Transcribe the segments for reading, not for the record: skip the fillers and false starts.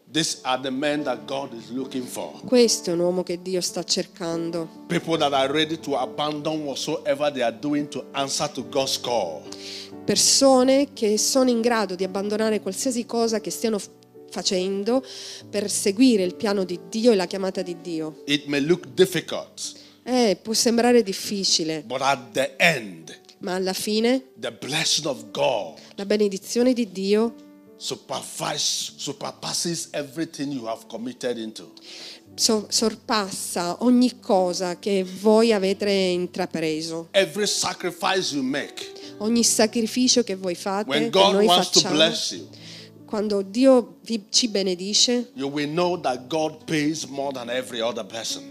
These are the men that God is looking for. Questo è un uomo che Dio sta cercando. People that are ready to abandon whatsoever they are doing to answer to God's call. Persone che sono in grado di abbandonare qualsiasi cosa che stiano facendo per seguire il piano di Dio e la chiamata di Dio. It may look difficult, Può sembrare difficile, but at the end, ma alla fine the blessing of God la benedizione di Dio surpasses everything you have committed into. sorpassa ogni cosa che voi avete intrapreso. Every sacrifice you make, Ogni sacrificio che voi fate, when che God noi wants to facciamo, bless you, quando Dio ci benedice, you will know that God pays more than every other person.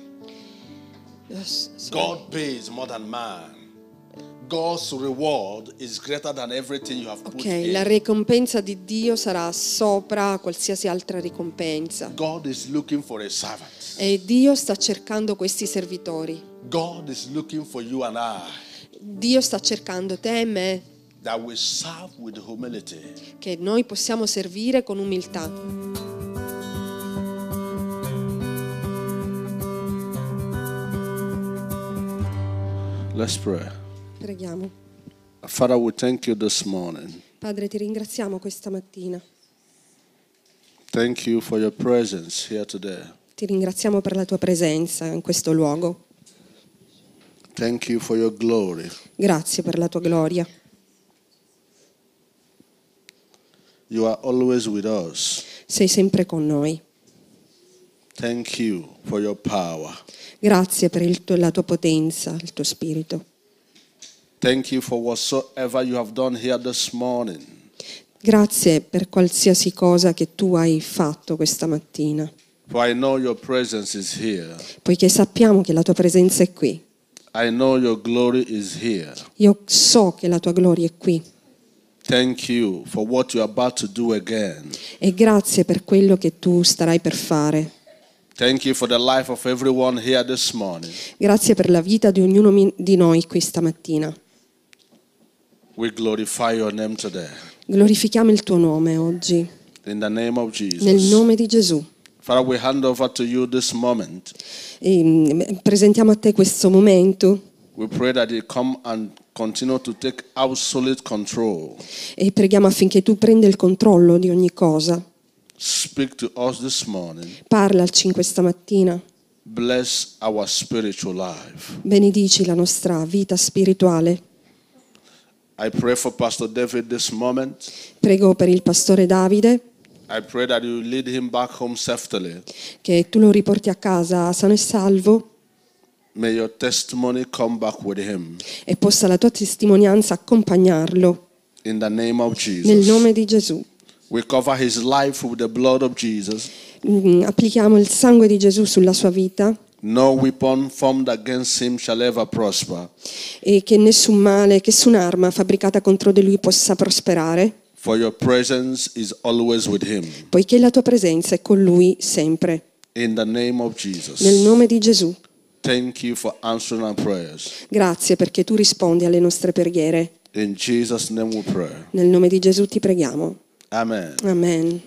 God pays more than man. God's reward is greater than everything you have put in. La ricompensa di Dio sarà sopra qualsiasi altra ricompensa. God is looking for a servant. E Dio sta cercando questi servitori. God is looking for you and I, Dio sta cercando te e me, that we serve with humility. che noi possiamo servire con umiltà. Let's pray. Preghiamo. Father, we thank you this morning. Padre, ti ringraziamo questa mattina. Thank you for your presence here today. Ti ringraziamo per la tua presenza in questo luogo. Thank you for your glory. Grazie per la tua gloria. You are always with us. Sei sempre con noi. Thank you for your power. Grazie per la tua potenza, il tuo spirito. Thank you for whatsoever you have done here this morning. Grazie per qualsiasi cosa che tu hai fatto questa mattina. For I know your presence is here. Poiché sappiamo che la tua presenza è qui. I know your glory is here. Io so che la tua gloria è qui. Thank you for what you are about to do again. E grazie per quello che tu starai per fare. Thank you for the life of everyone here this morning. Grazie per la vita di ognuno di noi questa mattina. We glorify your name today. Glorifichiamo il tuo nome oggi. In the name of Jesus. Nel nome di Gesù. Father, we hand over to you this moment. Presentiamo a te questo momento. We pray that you come and continue to take absolute control. E preghiamo affinché tu prenda il controllo di ogni cosa. Speak to us this morning. Parlaci questa mattina. Bless our spiritual life. Benedici la nostra vita spirituale. I pray for Pastor David this moment. Prego per il pastore Davide. I pray that you lead him back home safely. Che tu lo riporti a casa sano e salvo. May your testimony come back with him. E possa la tua testimonianza accompagnarlo. In the name of Jesus. Nel nome di Gesù. We cover his life with the blood of Jesus. Applichiamo il sangue di Gesù sulla sua vita. No weapon formed against him shall ever prosper. E che nessun male, nessun'arma fabbricata contro di lui possa prosperare. For your presence is always with him. Poiché la tua presenza è con lui sempre. In the name of Jesus. Nel nome di Gesù. Thank you for answering our prayers. Grazie perché tu rispondi alle nostre preghiere. In Jesus' name we pray. Nel nome di Gesù ti preghiamo. Amen. Amen.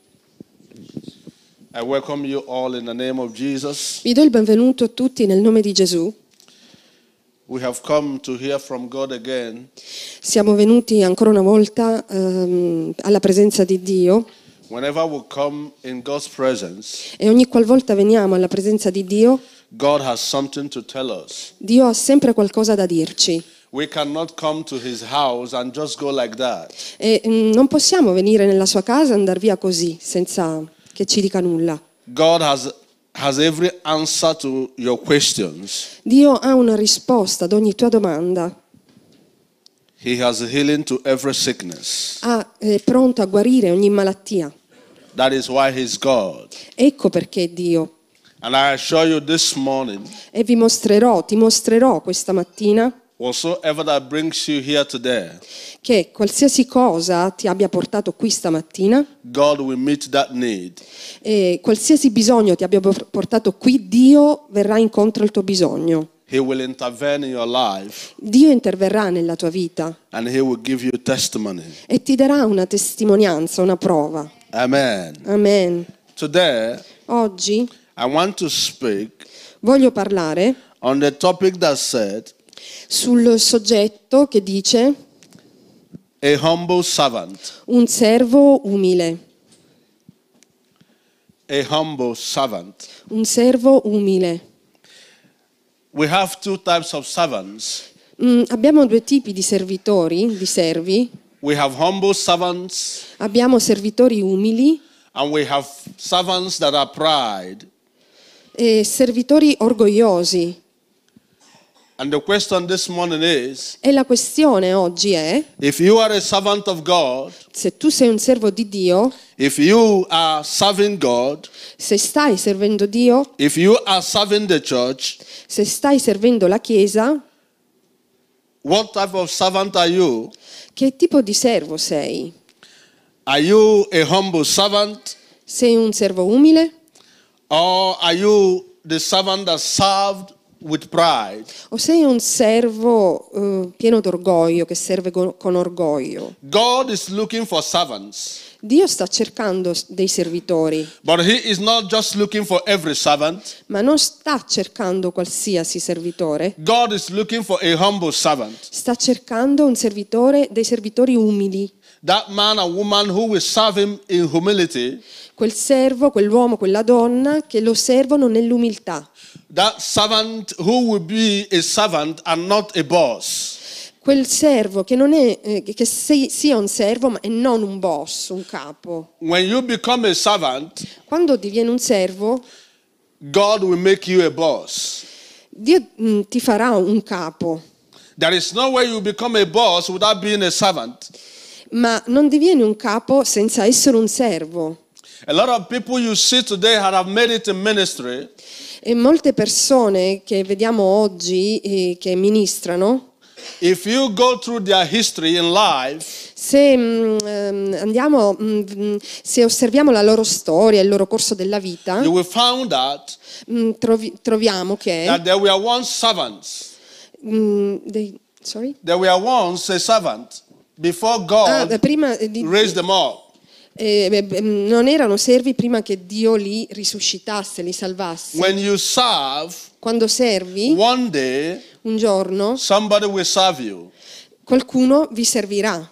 I welcome you all in the name of Jesus. Vi do il benvenuto a tutti nel nome di Gesù. We have come to hear from God again. Siamo venuti ancora una volta alla presenza di Dio. Whenever we come in God's presence, E ogni qualvolta veniamo alla presenza di Dio, God has something to tell us. Dio ha sempre qualcosa da dirci. We cannot come to his house and just go like that. E non possiamo venire nella sua casa e andare via così, senza che ci dica nulla. God has every answer to your questions. Dio ha una risposta ad ogni tua domanda. He has healing to every sickness. È pronto a guarire ogni malattia. That is why he's God. Ecco perché è Dio. And I assure you this morning, E ti mostrerò questa mattina whatsoever that brings you here today, che qualsiasi cosa ti abbia portato qui stamattina God will meet that need. e qualsiasi bisogno ti abbia portato qui, Dio verrà incontro al tuo bisogno. He will intervene in your life Dio interverrà nella tua vita and he will give you testimony. e ti darà una testimonianza, una prova. Amen. Amen. Today, Oggi I want to speak voglio parlare on the topic that said, sul soggetto che dice a humble servant. un servo umile. A humble servant. Un servo umile. We have two types of servants. Abbiamo due tipi di servitori, di servi. We have humble servants Abbiamo servitori umili and we have servants that are pride. e servitori orgogliosi. And the question this morning is, E la questione oggi è, if you are a servant of God, se tu sei un servo di Dio, if you are serving God, se stai servendo Dio, if you are serving the church, se stai servendo la Chiesa, what type of servant are you? che tipo di servo sei? Are you a humble servant Sei un servo umile or are you the servant that served with pride? o sei un servo pieno d'orgoglio, che serve con orgoglio? God is looking for servants, Dio sta cercando dei servitori, but He is not just looking for every servant. ma non sta cercando qualsiasi servitore, God is looking for a humble servant. sta cercando un servitore, dei servitori umili. That man and woman who will serve Him in humility. Quel servo, quell'uomo, quella donna che lo servono nell'umiltà. That servant who will be a servant and not a boss. Quel servo che non è che sia un servo ma e non un boss, un capo. When you become a servant, Quando divieni un servo, God will make you a boss. Dio ti farà un capo, There is no way you become a boss without being a servant. ma non divieni un capo senza essere un servo. A lot of people you see today have made it in ministry. E molte persone che vediamo oggi che ministrano, If you go through their history in life, se se osserviamo la loro storia, il loro corso della vita, you will find that troviamo che there were once servants. sorry? There were once a servant before God Prima raised them up. non erano servi prima che Dio li risuscitasse, li salvasse. When you serve, Quando servi, one day un giorno somebody will serve you. qualcuno vi servirà.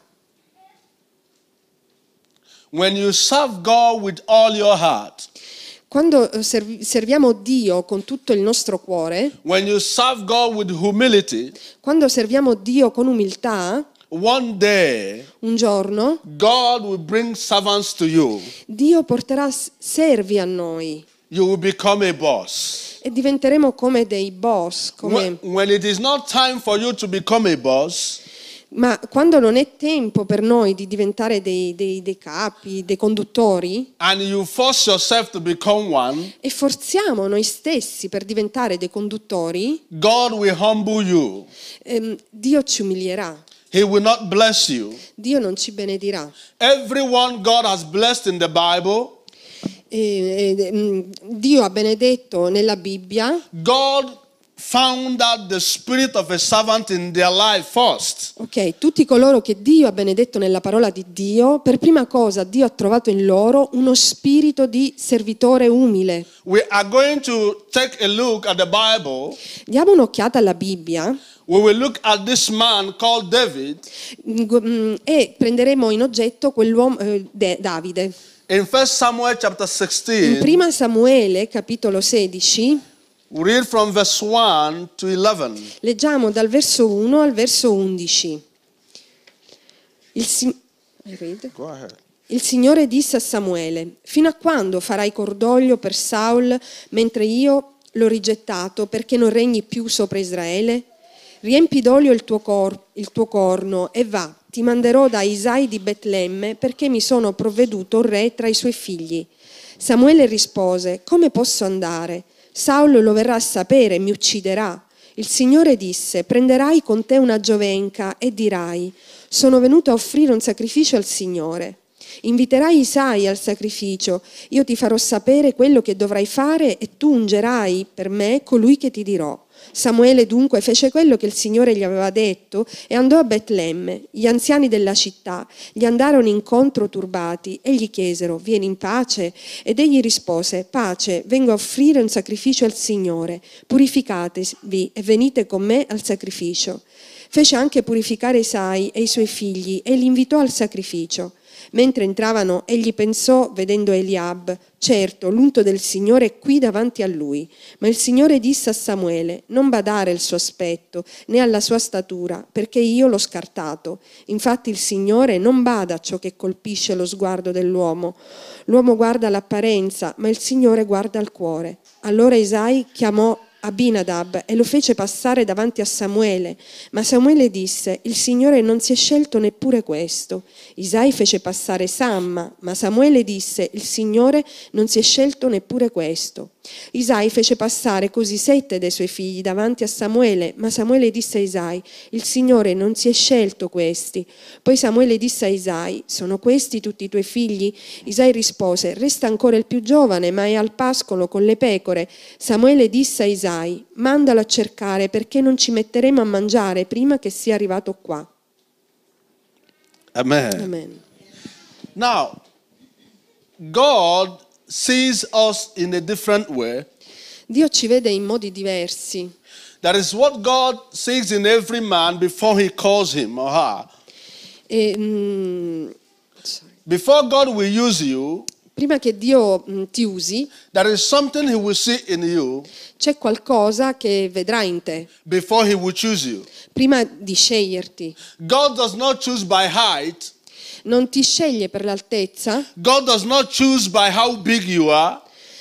When you serve God with all your heart, Quando serviamo Dio con tutto il nostro cuore, when you serve God with humility, quando serviamo Dio con umiltà, one day un giorno God will bring servants to you. Dio porterà servi a noi You will become a boss. e diventeremo come dei boss. When it is not time for you to become a boss, Ma quando non è tempo per noi di diventare dei capi, dei conduttori, and you force yourself to become one, e forziamo noi stessi per diventare dei conduttori, God will humble you. Dio ci umilierà, He will not bless you. Dio non ci benedirà. Everyone God has blessed in the Bible, Dio ha benedetto nella Bibbia. God found out the spirit of a servant in their life first. Ok, tutti coloro che Dio ha benedetto nella parola di Dio, per prima cosa Dio ha trovato in loro uno spirito di servitore umile. We are going to take a look at the Bible. Diamo un'occhiata alla Bibbia We will look at this man called David. E prenderemo in oggetto quell'uomo Davide. In 1 Samuel chapter In 16, prima Samuele, capitolo 16, we read from verse 1 to 11. leggiamo dal verso 1 al verso 11. Go ahead. Il Signore disse a Samuele: fino a quando farai cordoglio per Saul mentre io l'ho rigettato, perché non regni più sopra Israele? Riempi d'olio il tuo corno e va, ti manderò da Isai di Betlemme, perché mi sono provveduto un re tra i suoi figli. Samuele rispose: come posso andare? Saul lo verrà a sapere e mi ucciderà. Il Signore disse: prenderai con te una giovenca e dirai: sono venuto a offrire un sacrificio al Signore. Inviterai Isai al sacrificio, io ti farò sapere quello che dovrai fare e tu ungerai per me colui che ti dirò. Samuele dunque fece quello che il Signore gli aveva detto e andò a Betlemme. Gli anziani della città gli andarono incontro turbati e gli chiesero: vieni in pace? Ed egli rispose: pace, vengo a offrire un sacrificio al Signore. Purificatevi e venite con me al sacrificio. Fece anche purificare Isai e i suoi figli e li invitò al sacrificio. Mentre entravano, egli pensò, vedendo Eliab: certo, l'unto del Signore è qui davanti a lui. Ma il Signore disse a Samuele: non badare al suo aspetto, né alla sua statura, perché io l'ho scartato. Infatti il Signore non bada a ciò che colpisce lo sguardo dell'uomo. L'uomo guarda l'apparenza, ma il Signore guarda il cuore. Allora Isai chiamò Abinadab e lo fece passare davanti a Samuele, ma Samuele disse: il Signore non si è scelto neppure questo. Isai fece passare Samma, ma Samuele disse: il Signore non si è scelto neppure questo. Isai fece passare così 7 dei suoi figli davanti a Samuele, ma Samuele disse a Isai: il Signore non si è scelto questi. Poi Samuele disse a Isai: sono questi tutti i tuoi figli? Isai rispose: resta ancora il più giovane, ma è al pascolo con le pecore. Samuele disse a Isai: mandalo a cercare, perché non ci metteremo a mangiare prima che sia arrivato qua. Amen. Amen. Now, God sees us in a different way. Dio ci vede in modi diversi. That is what God sees in every man before he calls him or her. Before God will use you, Prima che Dio ti usi, there is something he will see in you c'è qualcosa che vedrà in te before he will choose you. prima di sceglierti. God does not choose by height. Non ti sceglie per l'altezza, God does not choose by how big you are.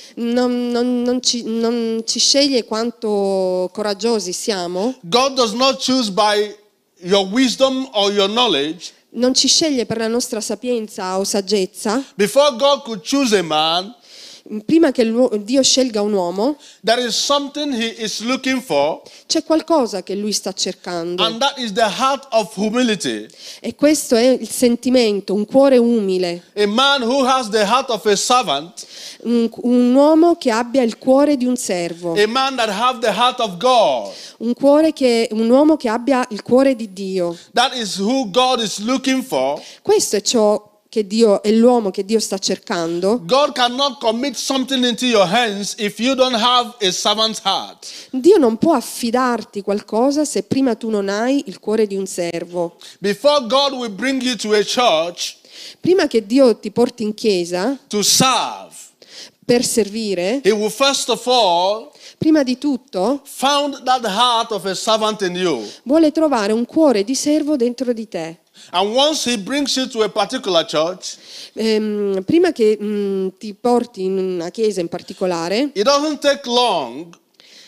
non ci sceglie quanto coraggiosi siamo, God does not choose by your wisdom or your knowledge. non ci sceglie per la nostra sapienza o saggezza. Before God could choose a man, Prima che Dio scelga un uomo, there is something he is looking for, c'è qualcosa che lui sta cercando. and that is the heart of humility. E questo è il sentimento, un cuore umile, A man who has the heart of a servant, un uomo che abbia il cuore di un servo, a man that have the heart of God. un uomo che abbia il cuore di Dio. That is who God is looking for. Questo è ciò che Dio è l'uomo che Dio sta cercando. God cannot commit something into your hands if you don't have a servant's heart. Dio non può affidarti qualcosa se prima tu non hai il cuore di un servo. Before God will bring you to a church Prima che Dio ti porti in chiesa to serve, per servire, he will first of all prima di tutto found that heart of a servant in you. vuole trovare un cuore di servo dentro di te. And once he brings you to a particular church, Prima che ti porti in una chiesa in particolare, it doesn't take long.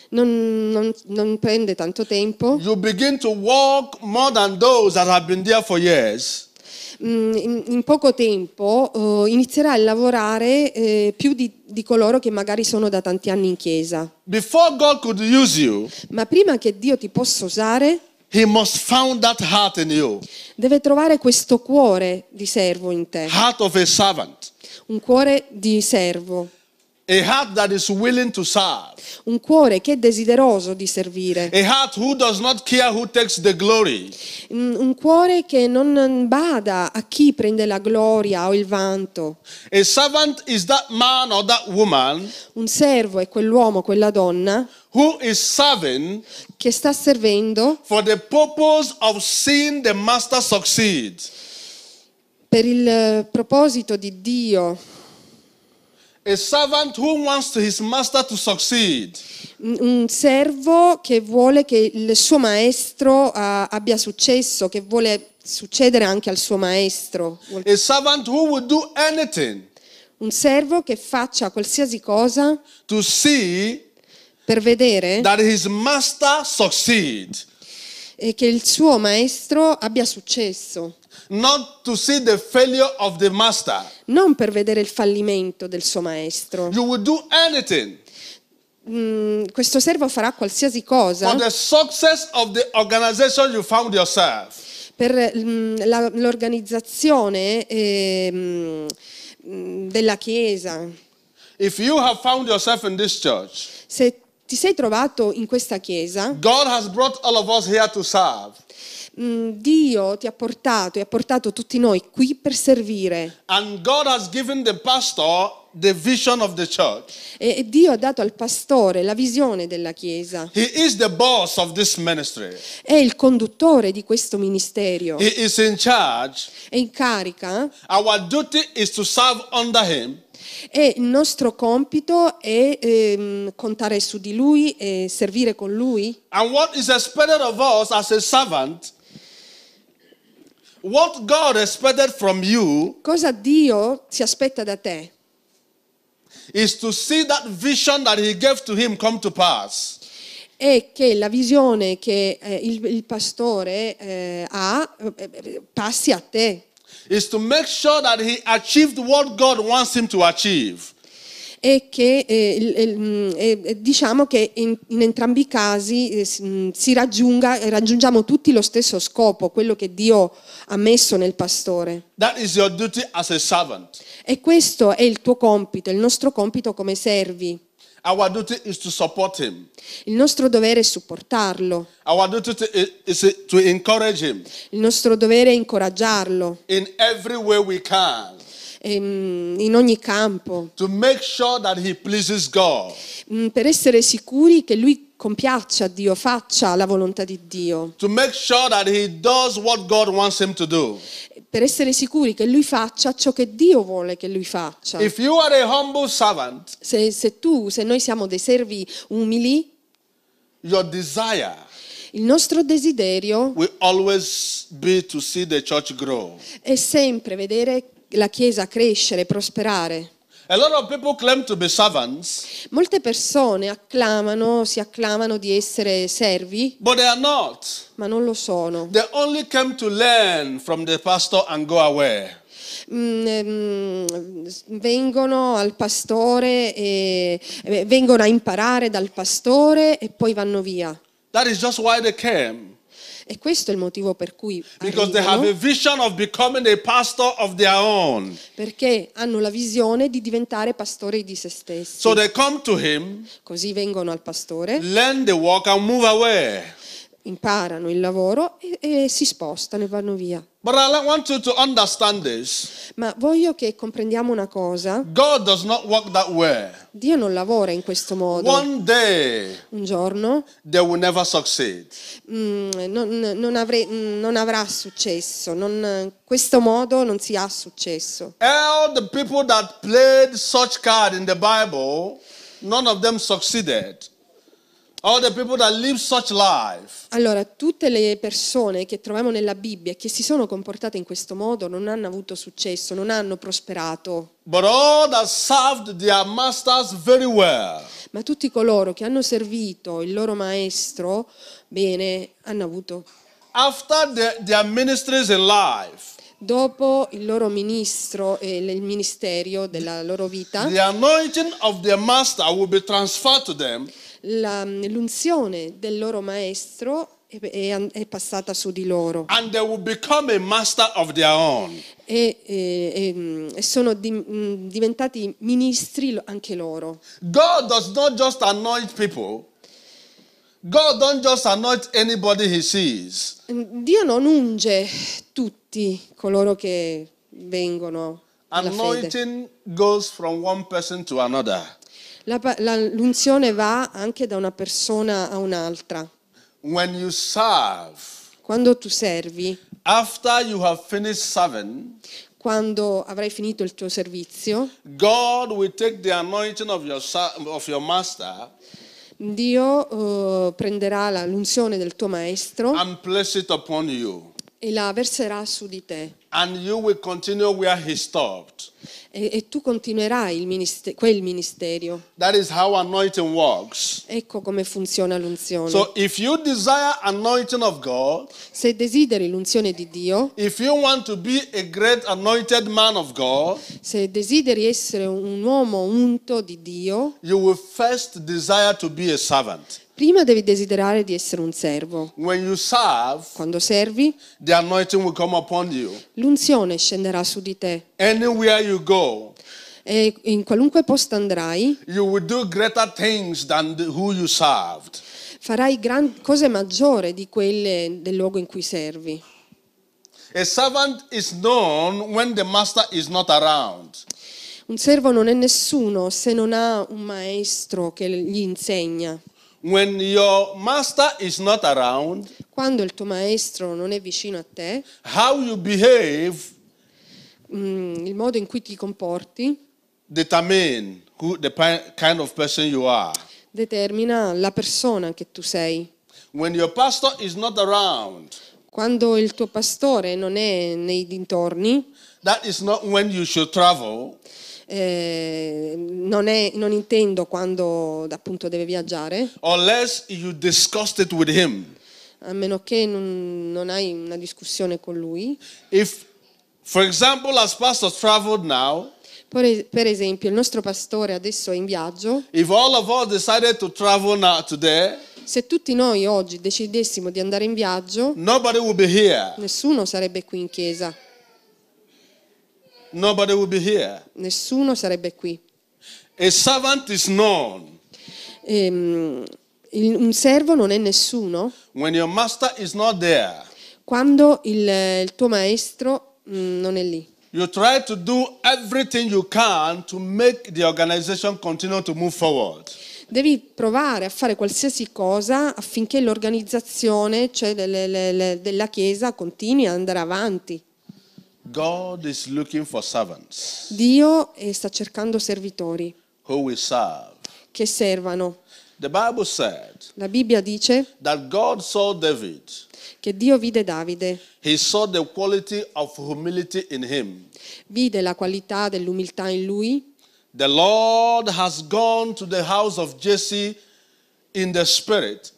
non prende tanto tempo. You begin to walk more than those that have been there for years. In poco tempo inizierai a lavorare più di coloro che magari sono da tanti anni in chiesa. Before God could use you, Ma prima che Dio ti possa usare, he must found that heart in you. deve trovare questo cuore di servo in te, Heart of a servant. un cuore di servo, A heart that is willing to serve. un cuore che è desideroso di servire, A heart who does not care who takes the glory. un cuore che non bada a chi prende la gloria o il vanto. A servant is that man or that woman Un servo è quell'uomo, quella donna who is serving che sta servendo for the purpose of seeing the master succeed. per il proposito di Dio. A servant who wants his master to succeed. Un servo che vuole che il suo maestro abbia successo, che vuole succedere anche al suo maestro. A servant who would do anything Un servo che faccia qualsiasi cosa to see per vedere that his master succeed. e che il suo maestro abbia successo, Not to see the failure of the master. non per vedere il fallimento del suo maestro. You will do anything Questo servo farà qualsiasi cosa for the success of the organization you found yourself. per l'organizzazione della Chiesa. If you have found yourself in this church, Se ti sei trovato in questa Chiesa, God has brought all of us here to serve. Dio ti ha portato e ha portato tutti noi qui per servire. And God has given the pastor the vision of the church. E Dio ha dato al pastore la visione della Chiesa. He is the boss of this ministry. È il conduttore di questo ministero. He is in charge. È in carica. Our duty is to serve under him. E il nostro compito è contare su di lui e servire con lui. And what is expected of us as a servant, what God expected from you, Cosa Dio si aspetta da te? is to see that vision that he gave to him come to pass. È che la visione che il pastore ha passi a te. Is to make sure that he achieved what God wants him to achieve. E che diciamo che in entrambi i casi raggiungiamo tutti lo stesso scopo, quello che Dio ha messo nel pastore. That is your duty as a servant. E questo è il tuo compito, il nostro compito come servi. Our duty is to support him. Il nostro dovere è supportarlo. Our duty is to encourage him Il nostro dovere è incoraggiarlo in every way we can, in ogni campo, to make sure that he pleases God. per essere sicuri che lui compiaccia a Dio, faccia la volontà di Dio, To make sure that he does what God wants him to do. per essere sicuri che lui faccia ciò che Dio vuole che lui faccia. If you are a humble servant, Se noi siamo dei servi umili, your desire il nostro desiderio will always be to see the church grow. è sempre vedere la Chiesa crescere, prosperare. A lot of people claim to be servants, Molte persone si acclamano di essere servi, but they are not. ma non lo sono. They only came to learn from the pastor and go away. Vengono al pastore e vengono a imparare dal pastore e poi vanno via. That is just why they came. E questo è il motivo per cui Because they have a arrivano, vision of becoming a pastor of their own. perché hanno la visione di diventare pastori di se stessi. So they come to him, Così vengono al pastore, learn the work and move away. imparano il lavoro e si spostano e vanno via. But I want you to understand this. Ma voglio che comprendiamo una cosa: God does not work that way. Dio non lavora in questo modo. One day, Un giorno they will never succeed. non avrà successo, questo modo non si ha successo. All the people that played such card in the Bible, none of them succeeded. All the people that lived such life, Allora, tutte le persone che troviamo nella Bibbia che si sono comportate in questo modo non hanno avuto successo, non hanno prosperato. but all that served their masters very well. Ma tutti coloro che hanno servito il loro maestro bene hanno avuto. After their ministries in life, Dopo il loro ministro e il ministerio della loro vita, the anointing of their master will be transferred to them, l'unzione del loro maestro è passata su di loro and they will become a master of their own. e sono diventati ministri anche loro. God does not just anoint people. God don't just anoint anybody he sees. Dio non unge tutti coloro che vengono alla fede. Anointing goes from one person to another. L'unzione va anche da una persona a un'altra. When you serve, Quando tu servi, after you have finished serving, quando avrai finito il tuo servizio, God will take the anointing of your master Dio prenderà l'unzione del tuo maestro and place it upon you. e la verserà su di te. and you will continue where he stopped. e tu continuerai quel ministero. That is how anointing works. Ecco come funziona l'unzione. So if you desire anointing of God, Se desideri l'unzione di Dio, if you want to be a great anointed man of God, se desideri essere un uomo unto di Dio, you will first desire to be a servant. prima devi desiderare di essere un servo. When you serve, Quando servi, the anointing will come upon you. l'unzione scenderà su di te. Anywhere you go, E in qualunque posto andrai, you will do greater things than who you served. farai cose maggiori di quelle del luogo in cui servi. A servant is known when the master is not around. Un servo non è nessuno se non ha un maestro che gli insegna. When your master is not around, Quando il tuo maestro non è vicino a te, how you behave il modo in cui ti comporti determine the kind of person you are. determina la persona che tu sei. When your pastor is not around, Quando il tuo pastore non è nei dintorni, that is not when you should travel. non intendo quando appunto deve viaggiare, Unless you discussed it with him. a meno che non hai una discussione con lui. If, for example, as pastors traveled now, Per esempio, il nostro pastore adesso è in viaggio. if all of us decided to travel now today, Se tutti noi oggi decidessimo di andare in viaggio, nobody will be here. nessuno sarebbe qui in chiesa, Nobody will be here. nessuno sarebbe qui. A servant is known Un servo non è nessuno when your master is not there. quando il tuo maestro non è lì. You try to do everything you can to make the organization continue to move forward. Devi provare a fare qualsiasi cosa affinché l'organizzazione, cioè della Chiesa, continui ad andare avanti. God is looking for servants Dio sta cercando servitori who will serve. che servano. The Bible said La Bibbia dice that God saw David. che Dio vide Davide, He saw the quality of humility in him. vide la qualità dell'umiltà in lui. The Lord has gone to the house of Jesse in the spirit.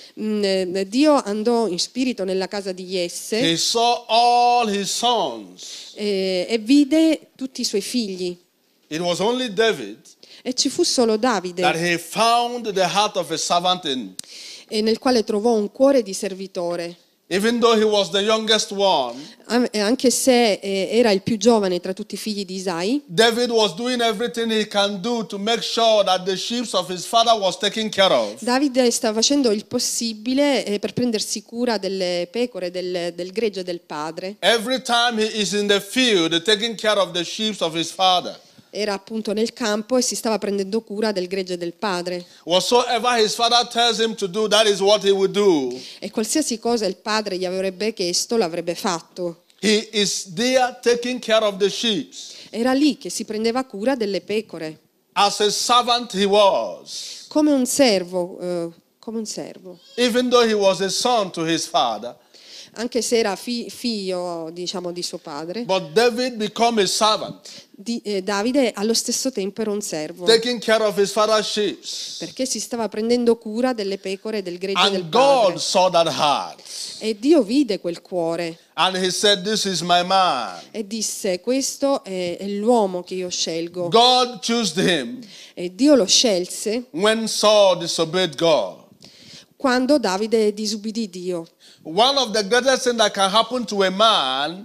Dio andò in spirito nella casa di Jesse He saw all his sons. e vide tutti i suoi figli. It was only David E ci fu solo Davide, that he found the heart of a servant in. nel quale trovò un cuore di servitore. Even though he was the youngest one, Anche se era il più giovane tra tutti i figli di Isai, David was doing everything he can do to make sure that the sheep of his father was taken care of. Davide stava facendo il possibile per prendersi cura delle pecore, del gregge del padre. Every time he is in the field taking care of the sheep of his father. Era appunto nel campo e si stava prendendo cura del gregge del padre. Whatsoever his father tells him to do, that is what he will do. E qualsiasi cosa il padre gli avrebbe chiesto, l'avrebbe fatto. He is there taking care of the sheep. Era lì che si prendeva cura delle pecore. As a servant he was. Come un servo, come un servo. Even though he was a son to his father. Anche se era figlio, diciamo, di suo padre. But David became a servant. Davide allo stesso tempo era un servo. Taking care of his father's sheep. Perché si stava prendendo cura delle pecore del gregge del And padre. God saw that heart. E Dio vide quel cuore And he said, this is my man. e disse: questo è l'uomo che io scelgo. God chose him E Dio lo scelse when Saul disobeyed God. quando Davide disubbidì Dio. One of the greatest things that can happen to a man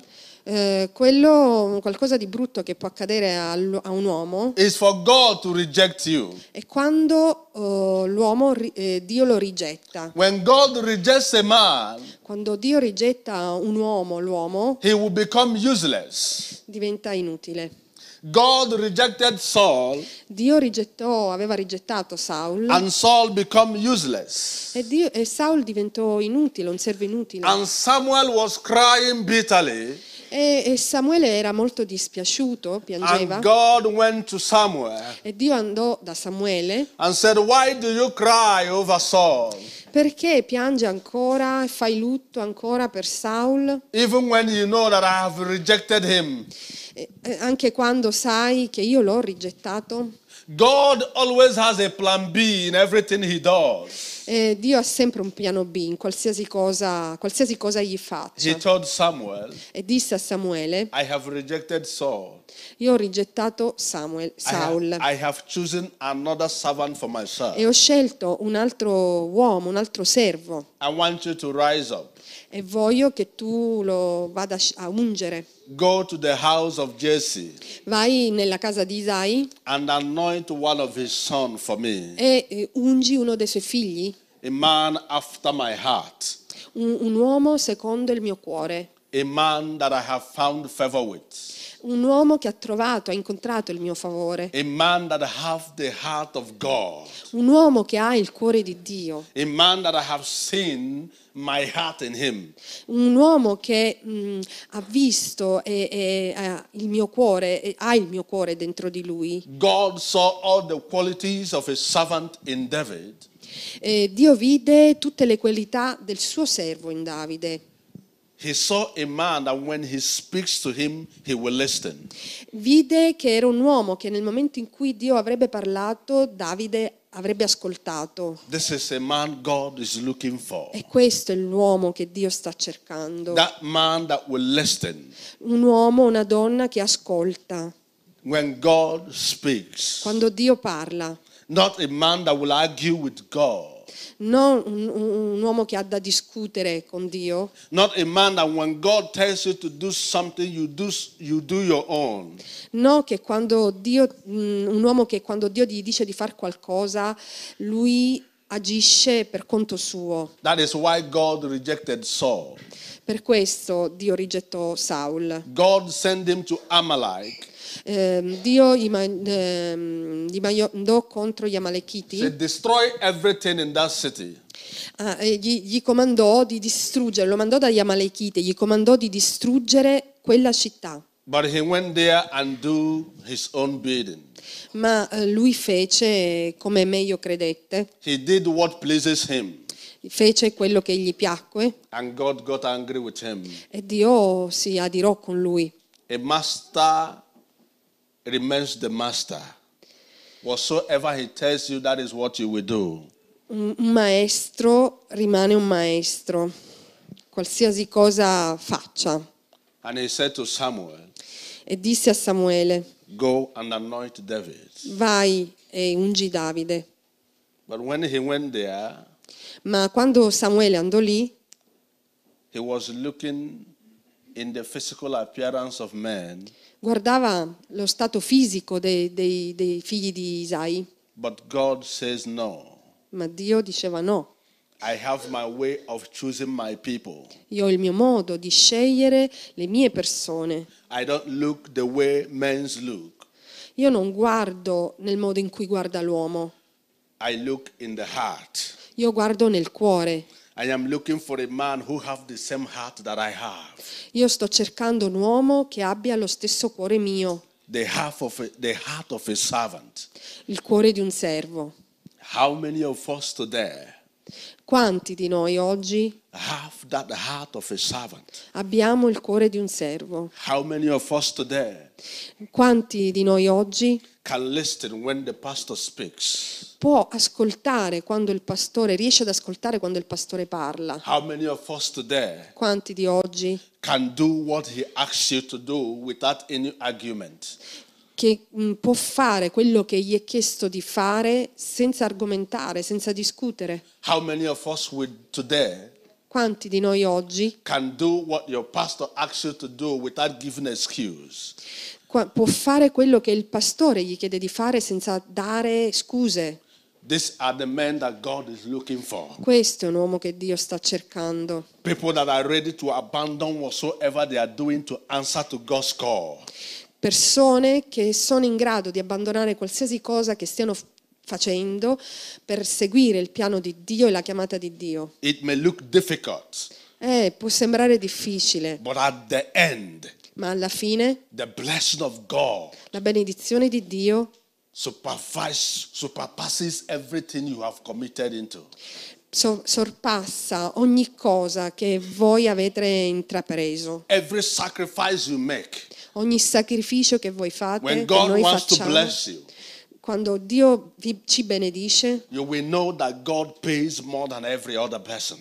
Qualcosa di brutto che può accadere a un uomo is for God to reject you. è quando Dio lo rigetta. When God rejects a man, Quando Dio rigetta un uomo, l'uomo he will become useless. diventa inutile. God rejected Saul, Dio aveva rigettato Saul and Saul became useless. e Saul diventò inutile, un servo inutile. And Samuel was crying bitterly. E Samuele era molto dispiaciuto, piangeva. And God went to Samuel E Dio andò da Samuele and said, why do you cry over Saul? Perché piangi ancora e fai lutto ancora per Saul? Even when you know that I have rejected him. Anche quando sai che io l'ho rigettato? God always has a plan B in everything he does. Dio ha sempre un piano B in qualsiasi cosa egli He faccia. told Samuel, E disse a Samuele: I have rejected Saul. io ho rigettato Saul I have chosen another servant for myself. e ho scelto un altro uomo, un altro servo, I want you to rise up. e voglio che tu lo vada a ungere. Go to the house of Jesse Vai nella casa di Isai and anoint one of his sons for me, e ungi uno dei suoi figli, a man after my heart, un uomo secondo il mio cuore, a man that I have found favor with, un uomo che ha incontrato il mio favore, a man that have the heart of God, un uomo che ha il cuore di Dio, a man that I have seen my heart in him. un uomo che ha visto il mio cuore, ha il mio cuore dentro di lui. God saw all the qualities of his servant in David, Dio vide tutte le qualità del suo servo in Davide. he saw a man that when he speaks to him, he will listen. Vide che era un uomo che nel momento in cui Dio avrebbe parlato, Davide avrebbe ascoltato. This is a man God is looking for. E questo è l'uomo che Dio sta cercando. That man that will listen Un uomo, una donna che ascolta when God speaks. quando Dio parla. Not a man that will argue with God. Non un uomo che ha da discutere con Dio. Not a man that when God tells you to do something, you do your own. No, che un uomo che quando Dio gli dice di fare qualcosa, lui agisce per conto suo. That is why God rejected Saul. Per questo Dio rigettò Saul. God sent him to Amalek. Dio gli mandò contro gli Amalechiti. Said, destroy everything in that city. E gli comandò di distruggere, lo mandò dagli Amalechiti, gli comandò di distruggere quella città. But he went there and do his own bidding. Ma lui fece come meglio credette, He did what pleases him. fece quello che gli piacque And God got angry with him. e Dio si adirò con lui. A master remains the master. Whatsoever he tells you, that is what you will do. Un maestro rimane un maestro, qualsiasi cosa faccia. And he said to Samuel, E disse a Samuele: go and anoint David. vai e ungi Davide. But when he went there, Ma quando Samuele andò lì, he was looking in the physical appearance of men, guardava lo stato fisico dei figli di Isai, but God says no. ma Dio diceva no. I have my way of choosing my people. Io ho il mio modo di scegliere le mie persone. I don't look the way men look. Io non guardo nel modo in cui guarda l'uomo. I look in the heart. Io guardo nel cuore. I am looking for a man who have the same heart that I have. Io sto cercando un uomo che abbia lo stesso cuore mio, The heart of a servant. il cuore di un servo. How many of us today Quanti di noi oggi have that heart of a servant? abbiamo il cuore di un servo? How many of us today Quanti di noi oggi can listen when the pastor speaks? può ascoltare quando il pastore, riesce ad ascoltare quando il pastore parla? How many of us today Quanti di oggi can do what he asks you to do without any argument? che può fare quello che gli è chiesto di fare senza argomentare, senza discutere? How many of us today Quanti di noi oggi can do what your pastor asks you to do without giving excuse? può fare quello che il pastore gli chiede di fare senza dare scuse? These are the men that God is looking for. Questo è un uomo che Dio sta cercando. People that are ready to abandon whatsoever they are doing to answer to God's call. Persone che sono in grado di abbandonare qualsiasi cosa che stiano facendo per seguire il piano di Dio e la chiamata di Dio. It may look difficult, Può sembrare difficile, but at the end, ma alla fine the blessing of God la benedizione di Dio surpasses everything you have committed into. sorpassa ogni cosa che voi avete intrapreso, Every sacrifice you make. ogni sacrificio che voi fate, When che God noi wants to facciamo. bless you, Quando Dio ci benedice, you will know that God pays more than every other person.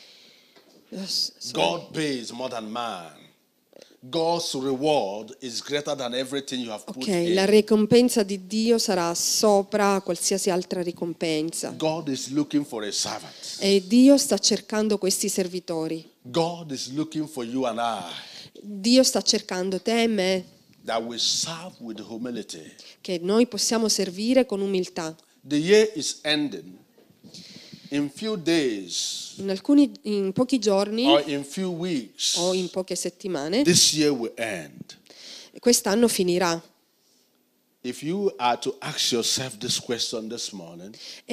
God pays more than man. God's reward is greater than everything you have put ok, la in. ricompensa di Dio sarà sopra qualsiasi altra ricompensa. God is looking for a servant. E Dio sta cercando questi servitori. God is looking for you and I Dio sta cercando te e me, that will serve with humility. che noi possiamo servire con umiltà. The year is ending. In few days In pochi giorni or in few weeks, o in poche settimane, this year will end. quest'anno finirà. If you are to ask yourself this question this morning,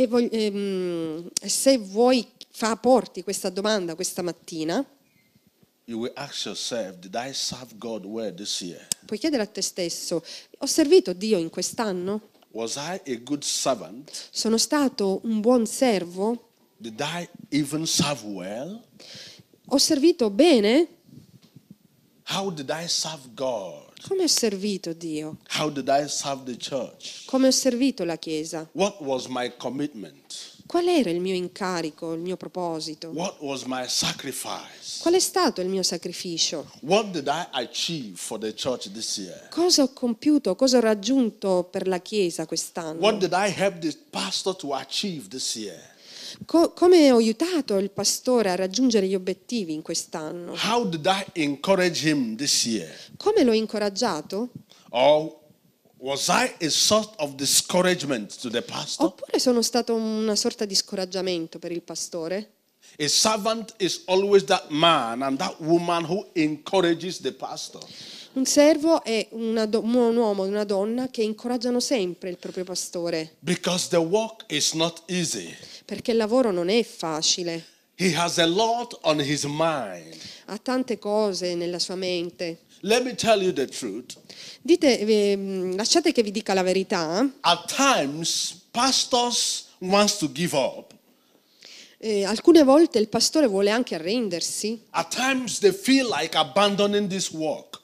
E se vuoi porti questa domanda questa mattina, you will ask yourself, did I serve God well this year? puoi chiedere a te stesso: ho servito Dio in quest'anno? Was I a good servant? Sono stato un buon servo? Did I even serve well? Ho servito bene? How did I serve God? Come ho servito Dio? How did I serve the church? Come ho servito la Chiesa? What was my commitment? Qual era il mio incarico, il mio proposito? What was my sacrifice? Qual è stato il mio sacrificio? What did I achieve for the church this year? Cosa ho compiuto, cosa ho raggiunto per la Chiesa quest'anno? What did I help the pastor to achieve this year? Come ho aiutato il pastore a raggiungere gli obiettivi in quest'anno? How did I encourage him this year? Come l'ho incoraggiato? Or was I a sort of discouragement to the pastor? Oppure sono stato una sorta di scoraggiamento per il pastore? A servant is always that man and that woman who encourages the pastor. Un servo è un uomo e una donna che incoraggiano sempre il proprio pastore, Because the work is not easy. perché il lavoro non è facile, He has a lot on his mind. ha tante cose nella sua mente. Let me tell you the truth. Lasciate che vi dica la verità. At times, pastors want to give up. Alcune volte il pastore vuole anche arrendersi. At times, they feel like abandoning this work.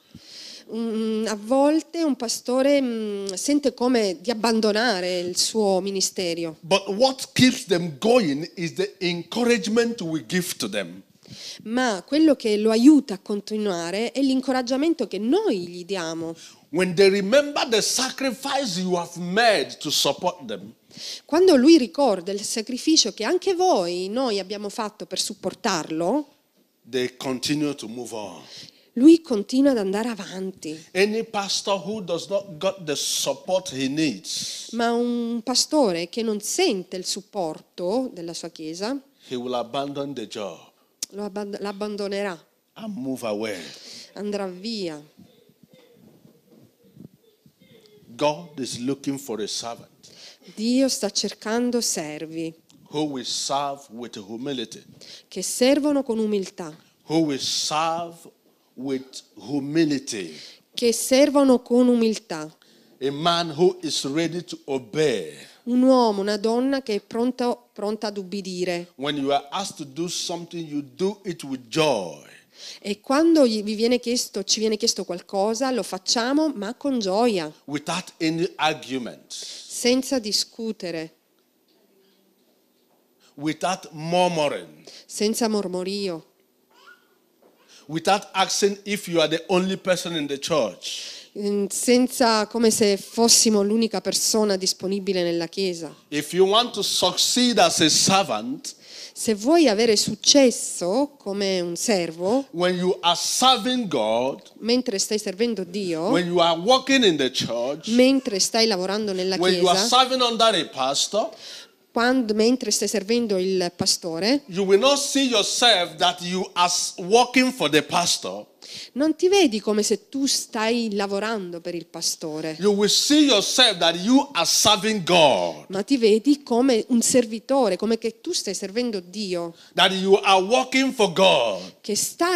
A volte un pastore sente come di abbandonare il suo ministero. But what keeps them going is the encouragement we give to them. Ma quello che lo aiuta a continuare è l'incoraggiamento che noi gli diamo. When they remember the sacrifice you have made to support them, Quando lui ricorda il sacrificio che anche noi abbiamo fatto per supportarlo, they continue to move on. lui continua ad andare avanti. Any pastor who does not get the support he needs, Ma un pastore che non sente il supporto della sua chiesa, he will abandon the job l'abbandonerà, and move away. andrà via. God is looking for a servant Dio sta cercando servi who will serve with humility, che servono con umiltà, who will serve with humility. che servono con umiltà. A man who is ready to obey. Un uomo, una donna che è pronta ad ubbidire. When you are asked to do something, you do it with joy. E quando ci viene chiesto qualcosa, lo facciamo, ma con gioia, Without any argument, senza discutere, without murmuring, senza mormorio, without asking if you are the only person in the church. senza come se fossimo l'unica persona disponibile nella chiesa. If you want to succeed as a servant, Se vuoi avere successo come un servo, when you are serving God, mentre stai servendo Dio, when you are working in the church, mentre stai lavorando nella when you are chiesa, serving under a pastor, mentre stai servendo il pastore, you will not see yourself that you are working for the pastor. non ti vedi come se tu stai lavorando per il pastore, You will see yourself that you are serving God, ma ti vedi come un servitore, come che tu stai servendo Dio, that you are working for God. che stai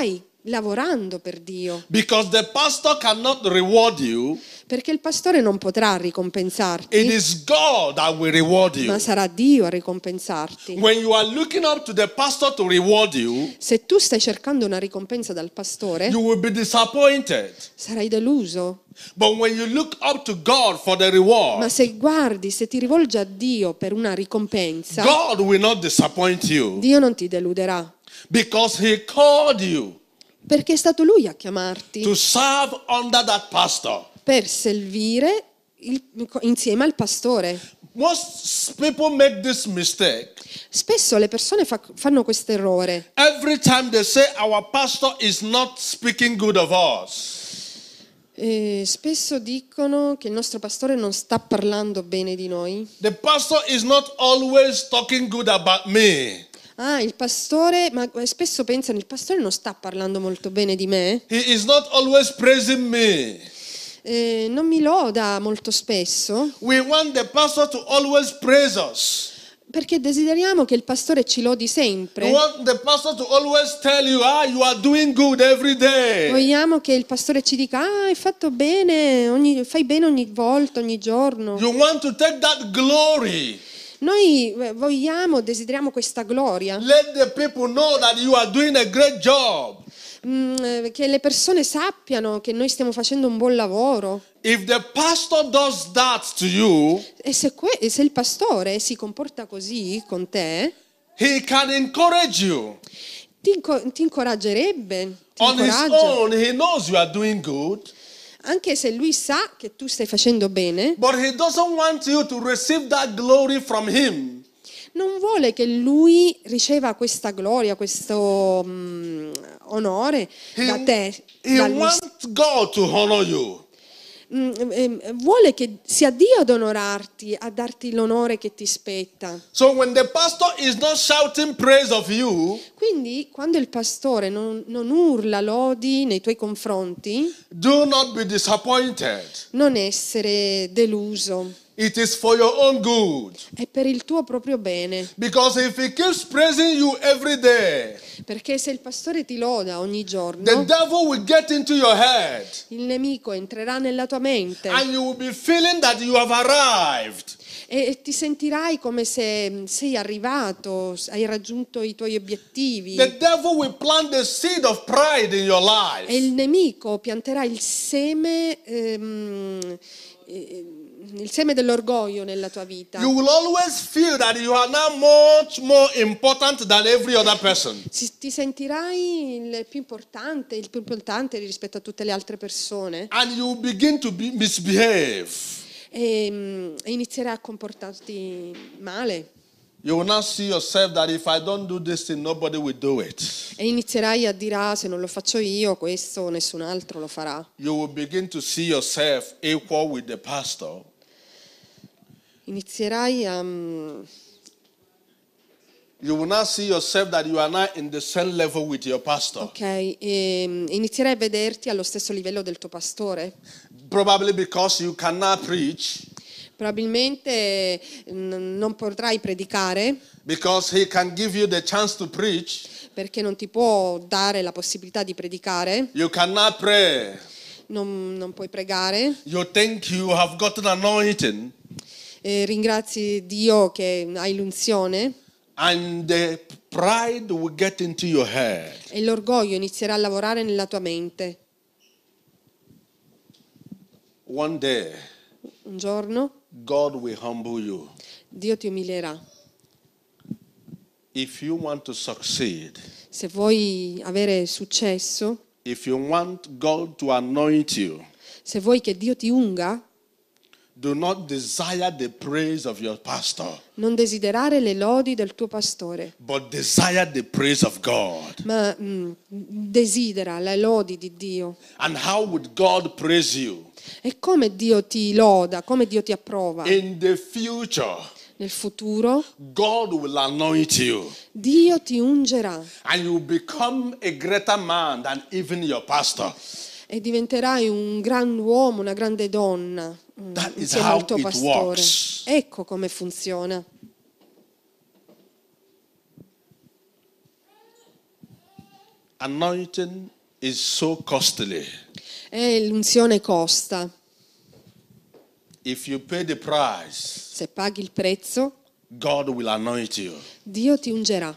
lavorando per Dio, Because the pastor cannot reward you. perché il pastore non potrà It ricompensarti, is God that will reward you. ma sarà Dio a ricompensarti. When you are looking up to the pastor to reward you, Se tu stai cercando una ricompensa dal pastore, you will be disappointed. sarai deluso. But when you look up to God for the reward, Ma se guardi, se ti rivolgi a Dio per una ricompensa, God will not disappoint you Dio non ti deluderà, because He called you perché è stato Lui a chiamarti to serve under that pastor. per servire insieme al pastore. Most people make this mistake. Spesso le persone fanno questo errore. Every time they say our pastor is not speaking good of us, Spesso dicono che il nostro pastore non sta parlando bene di noi. the pastor is not always talking good about me. Ah, il pastore, ma spesso pensano il pastore non sta parlando molto bene di me, He is not always praising me. non mi loda molto spesso, We want the pastor to always praise us. perché desideriamo che il pastore ci lodi We sempre. want the pastor to always tell you, you are doing good every day. Vogliamo che il pastore ci dica, hai fatto bene, fai bene ogni volta, ogni giorno. You want to take that glory. Noi desideriamo questa gloria, Let the people know that you are doing a great job. che le persone sappiano che noi stiamo facendo un buon lavoro. If the pastor does that to you, E se il pastore si comporta così con te, he can encourage you. ti incoraggerebbe, ti On his incoraggia. own, he knows you are doing good, Anche se lui sa che tu stai facendo bene, but he doesn't want you to receive that glory from him. non vuole che lui riceva questa gloria, questo onore da te. He da lui. wants God to honor you. Vuole che sia Dio ad onorarti, a darti l'onore che ti spetta. So when the pastor is not shouting praise of you, Quindi quando il pastore non urla lodi nei tuoi confronti, do not be disappointed. non essere deluso. It is for your own good. È per il tuo proprio bene. Because if he keeps praising you every day, Perché se il pastore ti loda ogni the giorno, devil will get into your head il nemico entrerà nella tua mente and you will be feeling that you have arrived. e ti sentirai come se sei arrivato, hai raggiunto i tuoi obiettivi. The devil will plant the seed of pride in your E il life. nemico pianterà il seme dell'orgoglio nella tua vita. You will always feel that you are now much more important than every other person. Ti sentirai il più importante rispetto a tutte le altre persone And you will begin to misbehave. e inizierai a comportarti male You will now see yourself that if I don't do this thing, nobody will do it. e inizierai a dire se non lo faccio io, questo o nessun altro lo farà. You will begin to see yourself equal with the pastor. Inizierai a You will now see yourself that you are now in the same level with your pastor. inizierai a vederti allo stesso livello del tuo pastore. Probably because you cannot preach, Probabilmente non potrai predicare because he can give you the chance to preach. perché non ti può dare la possibilità di predicare, You cannot pray. non puoi pregare. You think you have gotten anointing, Ringrazi Dio che hai l'unzione and the pride will get into your head. e l'orgoglio inizierà a lavorare nella tua mente. One day, Un giorno God will humble you. Dio ti umilierà. If you want to succeed, Se vuoi avere successo, if you want God to anoint you, se vuoi che Dio ti unga, do not desire the praise of your pastor, non desiderare le lodi del tuo pastore, but desire the praise of God. ma desidera le lodi di Dio. And how would God praise you? E come Dio ti loda, come Dio ti approva. In the future, Nel futuro God will anoint you, Dio ti ungerà and you will become a greater man than even your pastor. e diventerai un gran uomo, una grande donna That is insieme how al tuo it pastore. works. Ecco come funziona. Anointing is so costly. E l'unzione costa. If you pay the price, Se paghi il prezzo, God will anoint you. Dio ti ungerà.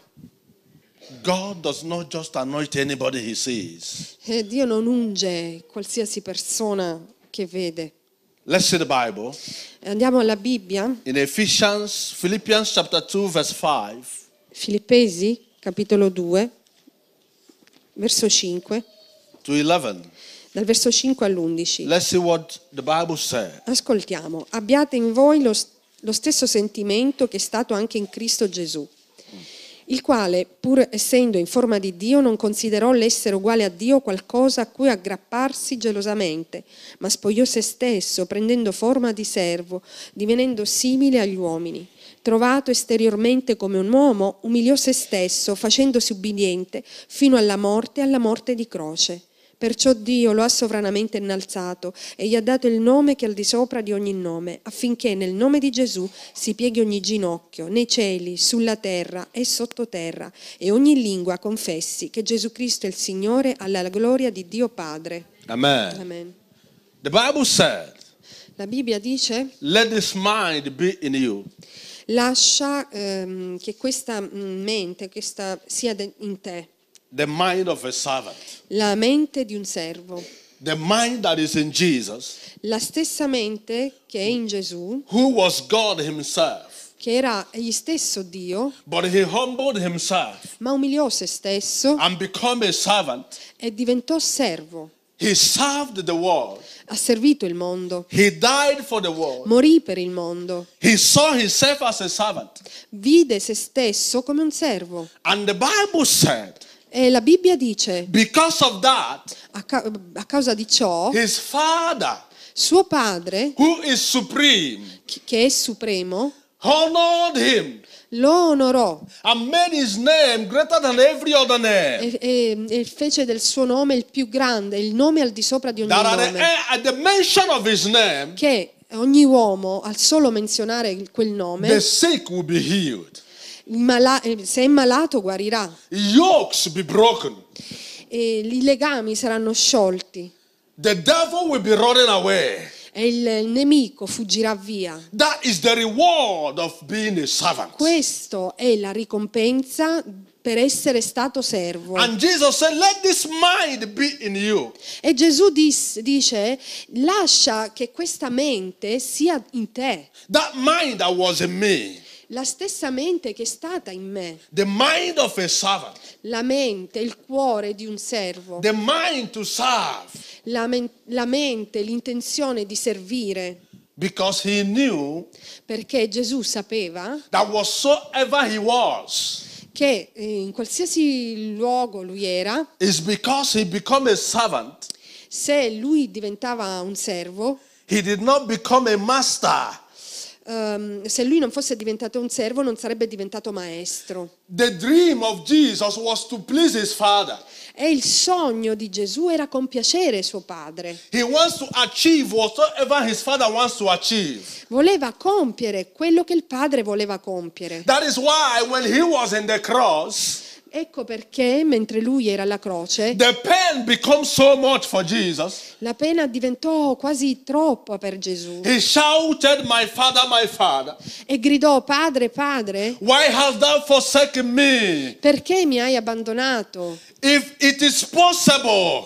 God does not just anoint anybody he sees. E Dio non unge qualsiasi persona che vede. Let's see the Bible. Andiamo alla Bibbia, In Philippians chapter 2, verse 5. Filippesi, capitolo 2, verso 5, To 11. dal verso 5 all'11. Let's see what the Bible says. Ascoltiamo. Abbiate in voi lo stesso sentimento che è stato anche in Cristo Gesù, il quale, pur essendo in forma di Dio, non considerò l'essere uguale a Dio qualcosa a cui aggrapparsi gelosamente, ma spogliò se stesso, prendendo forma di servo, divenendo simile agli uomini. Trovato esteriormente come un uomo, umiliò se stesso, facendosi ubbidiente fino alla morte di croce. Perciò Dio lo ha sovranamente innalzato e gli ha dato il nome che è al di sopra di ogni nome, affinché nel nome di Gesù si pieghi ogni ginocchio, nei cieli, sulla terra e sottoterra, e ogni lingua confessi che Gesù Cristo è il Signore, alla gloria di Dio Padre. Amen. Amen. The Bible said, La Bibbia dice: let this mind be in you. lascia che questa mente sia in te, The mind of a servant. la mente di un servo, The mind that is in Jesus, la stessa mente che è in Gesù, who was God himself. che era egli stesso Dio, But he humbled himself ma umiliò se stesso and became a servant. e diventò servo. He served the world. Ha servito il mondo, He died for the world. morì per il mondo, He saw himself as a servant. vide se stesso come un servo. And the Bible said, E la Bibbia dice, because of that, a causa di ciò, his Father, suo padre, who is supreme, che è supremo, honored him lo onorò and made his name greater than every other name. e fece del suo nome il più grande, il nome al di sopra di ogni That nome, at the mention of his name, che ogni uomo, al solo menzionare quel the nome, sick will be healed, se è malato guarirà, yokes be broken, e i legami saranno sciolti the devil will be running away. e il nemico fuggirà via. That is the reward of being a servant. Questo è la ricompensa per essere stato servo. And Jesus said, let this mind be in you. E Gesù dice, lascia che questa mente sia in te, That mind that was in me, la stessa mente che è stata in me, the mind of a servant, la mente, il cuore di un servo, the mind to serve, la mente, l'intenzione di servire, because he knew perché Gesù sapeva that whatsoever he was che in qualsiasi luogo lui era, is because he became a servant. se lui diventava un servo, He did not become a master. se lui non fosse diventato un servo non sarebbe diventato maestro. The dream of Jesus was to please his Father. E il sogno di Gesù era compiacere suo padre. He wants to achieve whatever his Father wants to achieve. Voleva compiere quello che il padre voleva compiere. That is why when he was in the cross, Ecco perché, mentre lui era alla croce, the pain becomes so much for Jesus. la pena diventò quasi troppa per Gesù. He shouted, my Father, E gridò: Padre, Padre, why hast thou forsaken me? perché mi hai abbandonato? If it is possible,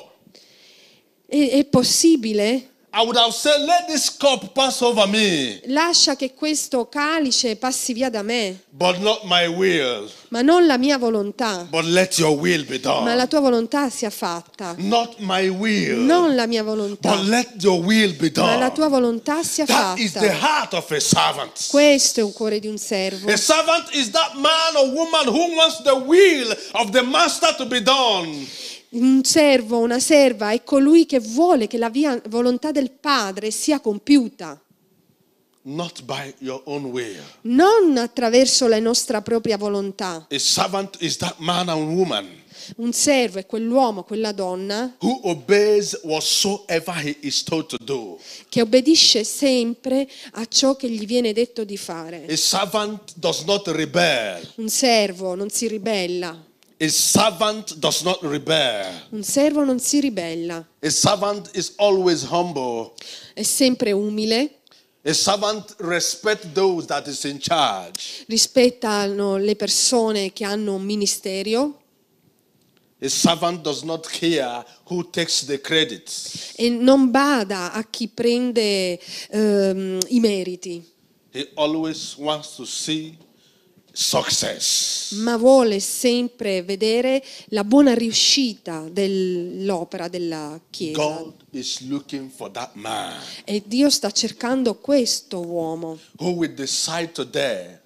È possibile? I would have said, let this cup pass over me, Lascia che questo calice passi via da me, but not my will, ma non la mia volontà, but let your will be ma la done. tua volontà sia fatta. Not my will, Non la mia volontà, but let your will be ma la tua done. volontà sia That is the fatta. heart of a servant. Questo è un cuore di un servo. A servant is that man or woman who wants the will of the master to be done. Un servo, una serva è colui che vuole che la volontà del Padre sia compiuta, Not by your own will. non attraverso la nostra propria volontà. A servant is that man and woman Un servo è quell'uomo, quella donna who obeys whatsoever he is told to do. che obbedisce sempre a ciò che gli viene detto di fare. A servant does not rebel. Un servo non si ribella, A servant does not rebel. Un servo non si ribella, A servant is always humble. è sempre umile, A servant respects those that is in charge. rispettano le persone che hanno un ministero A servant does not care who takes the credit. e non bada a chi prende i meriti, He always wants to see success. ma vuole sempre vedere la buona riuscita dell'opera della Chiesa. God is looking for that man E Dio sta cercando questo uomo who will decide today,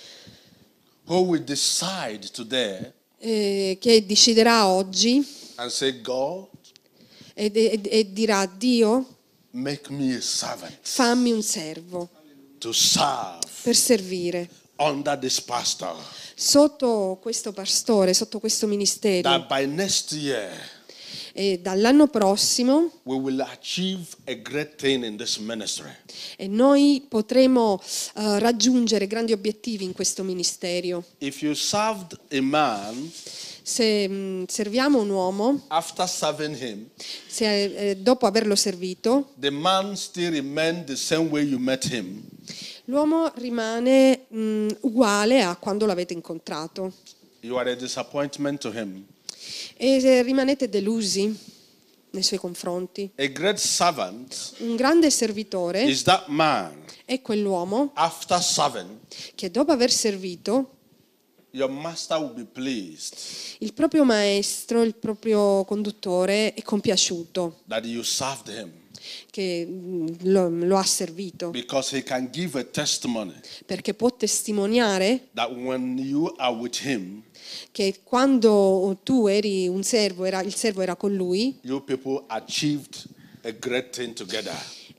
che deciderà oggi and say, God, e dirà: Dio, make me a servant fammi un servo to serve per servire under this pastor, sotto questo pastore, sotto questo ministero. that by next year E dall'anno prossimo we will achieve a great thing in this ministry. e noi potremo raggiungere grandi obiettivi in questo ministero. If you served a man, Se serviamo un uomo, after serving him, se dopo averlo servito, the man still remained the same way you met him, l'uomo rimane uguale a quando l'avete incontrato you are a disappointment to him. e rimanete delusi nei suoi confronti. A great servant Un grande servitore is that man, è quell'uomo after serving, che dopo aver servito your master will be pleased il proprio maestro, il proprio conduttore è compiaciuto that you served him, che lo ha servito, because he can give a testimony perché può testimoniare that when you are with him, che quando tu eri un servo, il servo era con lui, you people achieved a great thing together.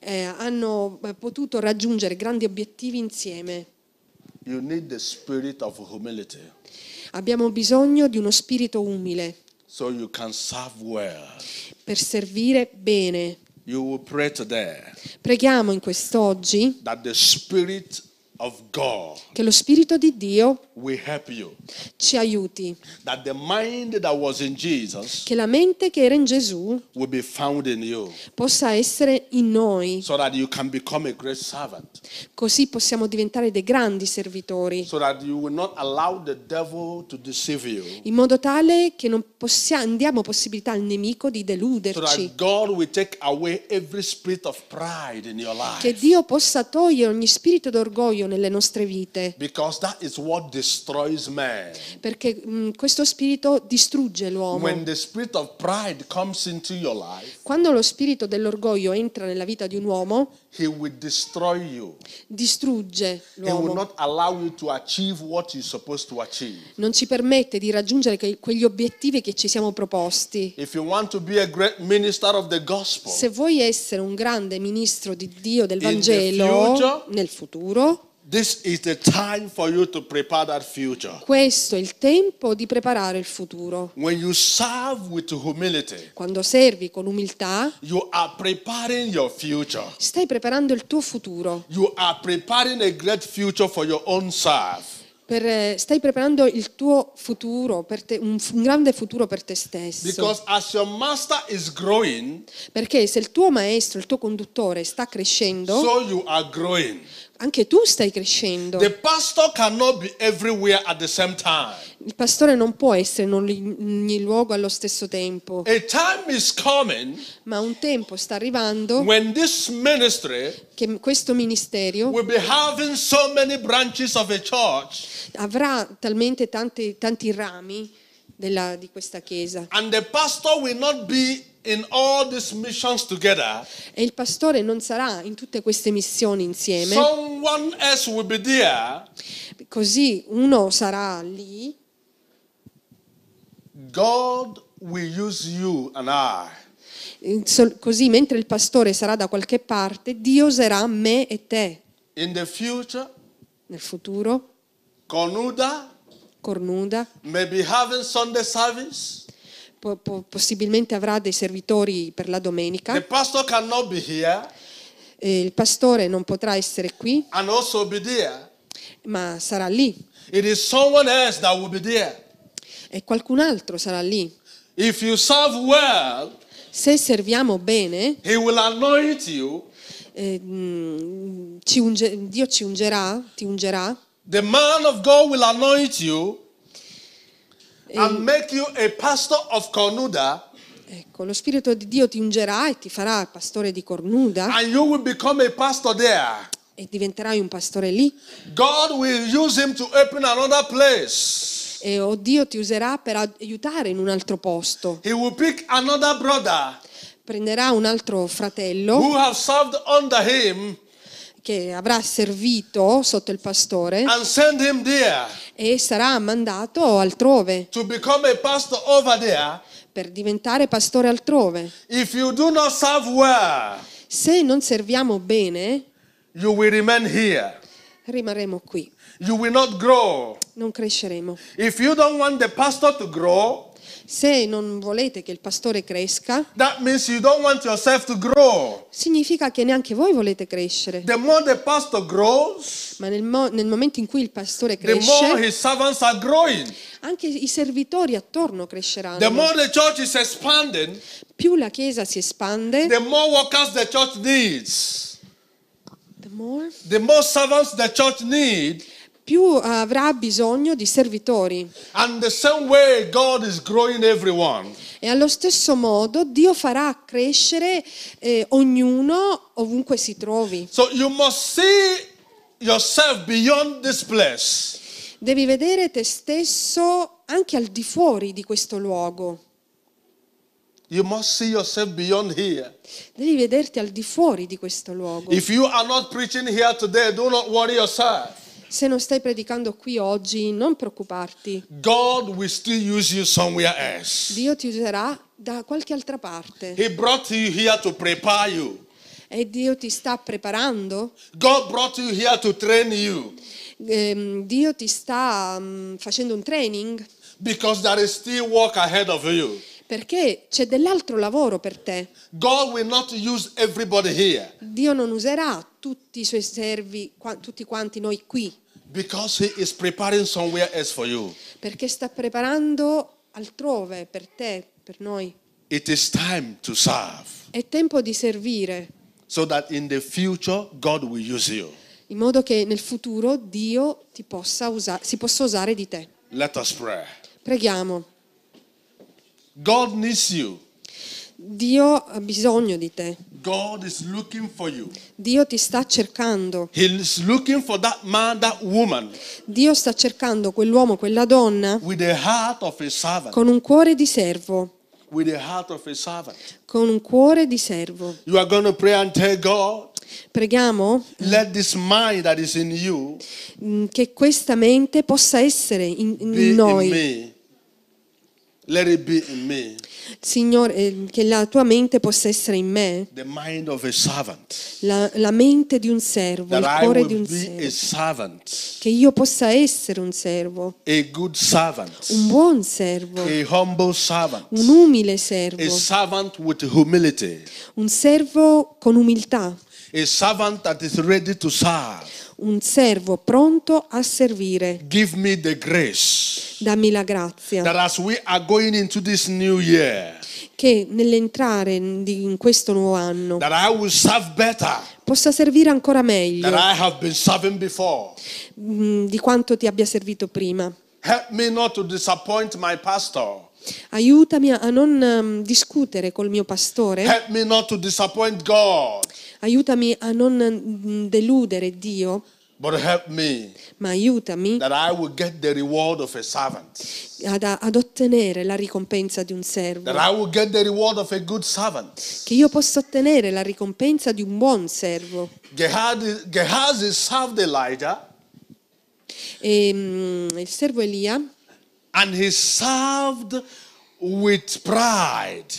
hanno potuto raggiungere grandi obiettivi insieme. You need the spirit of humility Abbiamo bisogno di uno spirito umile so you can serve well. per servire bene. You will pray today Preghiamo in quest'oggi that the spirit of God che lo Spirito di Dio will help you, ci aiuti, that the mind that was in Jesus che la mente che era in Gesù will be found in you, possa essere in noi, so that you can become a great servant, così possiamo diventare dei grandi servitori, so that you will not allow the devil to deceive you, in modo tale che non diamo possibilità al nemico di so deluderci, that God will take away every spirit of pride in your che life, Dio possa togliere ogni spirito d'orgoglio nelle nostre vite, because that is what destroys man. perché questo spirito distrugge l'uomo. When the spirit of pride comes into your life, Quando lo spirito dell'orgoglio entra nella vita di un uomo, he will destroy you. distrugge He will l'uomo. not allow you to achieve what you're supposed to achieve. Non ci permette di raggiungere quegli obiettivi che ci siamo proposti. If you want to be a great minister of the gospel, Se vuoi essere un grande ministro di Dio del In the Vangelo future, nel futuro, this is the time for you to prepare that future. questo è il tempo di preparare il futuro. When you serve with humility, Quando servi con umiltà, you are preparing your future. stai preparando il tuo futuro. You are preparing a great future for your own self. Stai preparando il tuo futuro, per te, un grande futuro per te stesso. Because as your master is growing, Perché se il tuo maestro, il tuo conduttore sta crescendo, so you are growing. anche tu stai crescendo. The pastor cannot be everywhere at the same time. Il pastore non può essere in ogni luogo allo stesso tempo, A time is coming ma un tempo sta arrivando when this ministry che questo ministero will be having so many branches of a church, avrà talmente tanti rami di questa chiesa and the pastor will not be in all these missions together. e il pastore non sarà in tutte queste missioni insieme, Someone else will be there. così uno sarà lì. God will use you and I Così mentre il pastore sarà da qualche parte, Dio userà me e te in the future. nel futuro. Cornuda Cornuda may be having Sunday service. possibilmente avrà dei servitori per la The domenica. pastor cannot be here Il pastore non potrà essere qui, and also be there. ma sarà lì. It is someone else that will be there. e qualcun altro sarà lì. If you serve well, Se serviamo bene, He will anoint you. Dio ci ungerà, ti ungerà, The man of God will anoint you and make you a pastor of Cornuda, ecco, lo Spirito di Dio ti ungerà e ti farà pastore di Cornuda and you will become a pastor there. e diventerai un pastore lì. God will use him to open another place. E Dio ti userà per aiutare in un altro posto. He will pick another brother Prenderà un altro fratello who have served under him che avrà servito sotto il pastore and send him there e sarà mandato altrove to become a pastor over there. per diventare pastore altrove. If you do not serve well, Se non serviamo bene, you will remain here. rimarremo qui, You will not grow. non cresceremo. If you don't want the pastor to grow, Se non volete che il pastore cresca, that means you don't want yourself to grow. significa che neanche voi volete crescere. The more the pastor grows, Ma nel momento in cui il pastore the more cresce, his servants are growing. anche i servitori attorno The cresceranno. more the church is expanding, Più la Chiesa si espande, the more workers the church needs. the more The more servants the church needs. più avrà bisogno di servitori. And the same way God is growing everyone. E allo stesso modo Dio farà crescere ognuno ovunque si trovi. So you must see yourself beyond this place. Devi vedere te stesso anche al di fuori di questo luogo. You must see yourself beyond here. Devi vederti al di fuori di questo luogo. If you are not preaching here today, do not worry yourself. Se non stai predicando qui oggi, non preoccuparti. God will still use you somewhere else. Dio ti userà da qualche altra parte. He brought you here to prepare you. E Dio ti sta preparando. God brought you here to train you. Dio ti sta facendo un training Because there is still work ahead of you. perché c'è dell'altro lavoro per te. God will not use everybody here. Dio non userà tutti i suoi servi, tutti quanti noi qui, Because He is preparing somewhere else for you. perché sta preparando altrove per te, per noi. It is time to serve. È tempo di servire, So that in the future, God will use you. in modo che nel futuro Dio si possa usare di te. Let us pray. Preghiamo. God needs you. Dio ha bisogno di te. God is looking for you. Dio ti sta cercando. He is looking for that man, that woman, Dio sta cercando quell'uomo, quella donna with the heart of a servant. con un cuore di servo. With the heart of a servant. Con un cuore di servo. You are going to pray and tell God, Preghiamo let this mind that is in you che questa mente possa essere in be in noi. me. Let it be in me. Signore, che la tua mente possa essere in me, The mind of a servant. la mente di un servo, That il I cuore will di un be a servo. servant. Che io possa essere un servo, A good servant. un buon servo, A humble servant. un umile A servo, servant with humility. un servo con umiltà, A servant that is ready to serve. un servo pronto a servire. Give me the grace Dammi la grazia that as we are going into this new year, che nell'entrare in questo nuovo anno that I will serve better possa servire ancora meglio than I have been serving before. di quanto ti abbia servito prima. Help me not to disappoint my pastor. Aiutami a non discutere col mio pastore. Help me not to disappoint God. Aiutami a non deludere Dio, But help me ma aiutami that I will get the reward of a servant. ad ottenere la ricompensa di un servo, That I will get the reward of a good servant. che io possa ottenere la ricompensa di un buon servo. Gehazi served Elijah, E il servo Elia and he served with pride.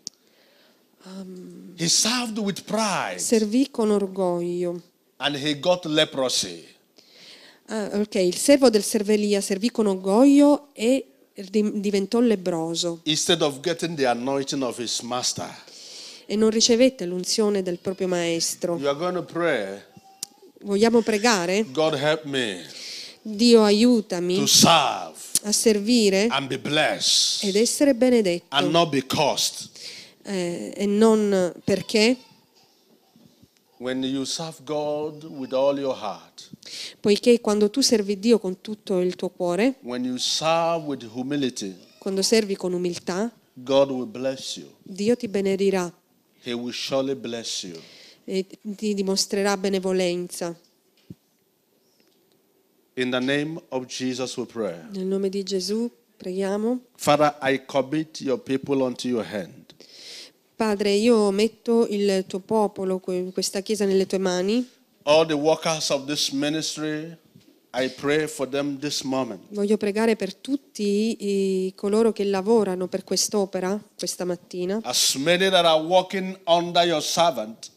He served with pride, servì con orgoglio. and he got leprosy. Il servo del servo Elia servì con orgoglio e diventò lebbroso Instead of getting the anointing of his master. e non ricevette l'unzione del proprio maestro. You are going to pray, Vogliamo pregare? God help me Dio to aiutami serve a servire and be blessed ed essere benedetto and not be cursed. e non perché, When you serve God with all your heart, poiché quando tu servi Dio con tutto il tuo cuore, when you serve with humility, quando servi con umiltà, God will bless you. Dio ti benedirà He will surely bless you. e ti dimostrerà benevolenza. In the name of Jesus we pray. Nel nome di Gesù preghiamo. Father, I commit your people unto your hand. Padre, io metto il tuo popolo, questa chiesa nelle tue mani. All the workers of this ministry, I pray for them this moment. Voglio pregare per tutti coloro che lavorano per quest'opera questa mattina, As many that are working under your servant,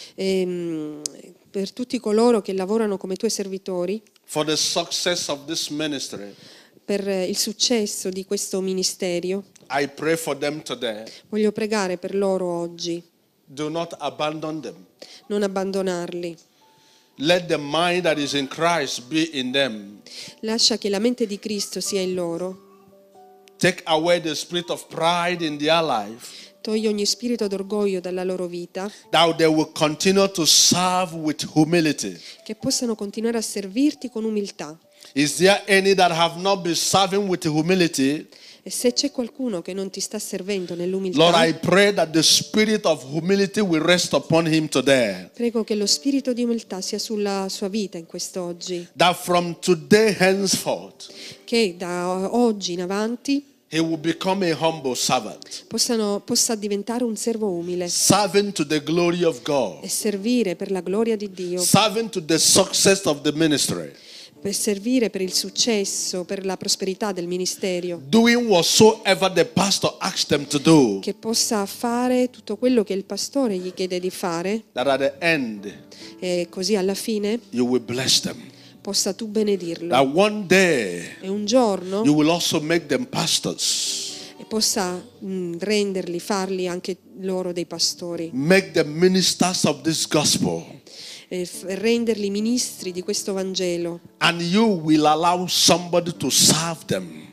per tutti coloro che lavorano come tuoi servitori, for the success of this ministry, per il successo di questo ministerio. I pray for them today. Voglio pregare per loro oggi, Do not abandon them. non abbandonarli. Let the mind that is in Christ be in them. Lascia che la mente di Cristo sia in loro. Take away the spirit of pride in their life, Togli ogni spirito d'orgoglio dalla loro vita, that they will continue to serve with humility. che possano continuare a servirti con umiltà. Is there any that have not been serving with humility? E se c'è qualcuno che non ti sta servendo Lord, nell'umiltà, I pray that the spirit of humility will rest upon him today. prego che lo spirito di umiltà sia sulla sua vita in quest'oggi, That from today henceforth, che da oggi in avanti he will become a humble servant, possa diventare un servo umile serving to the glory of God, e servire per la gloria di Dio, serving to the success of the ministry, per servire per il successo, per la prosperità del ministerio, doing whatsoever the pastor asks them to do, che possa fare tutto quello che il pastore gli chiede di fare that at the end, e così alla fine you will bless them. possa tu benedirlo That one day, e un giorno you will also make them pastors, e possa renderli, farli anche loro dei pastori make them ministers of this gospel, e renderli ministri di questo Vangelo and you will allow somebody to serve them.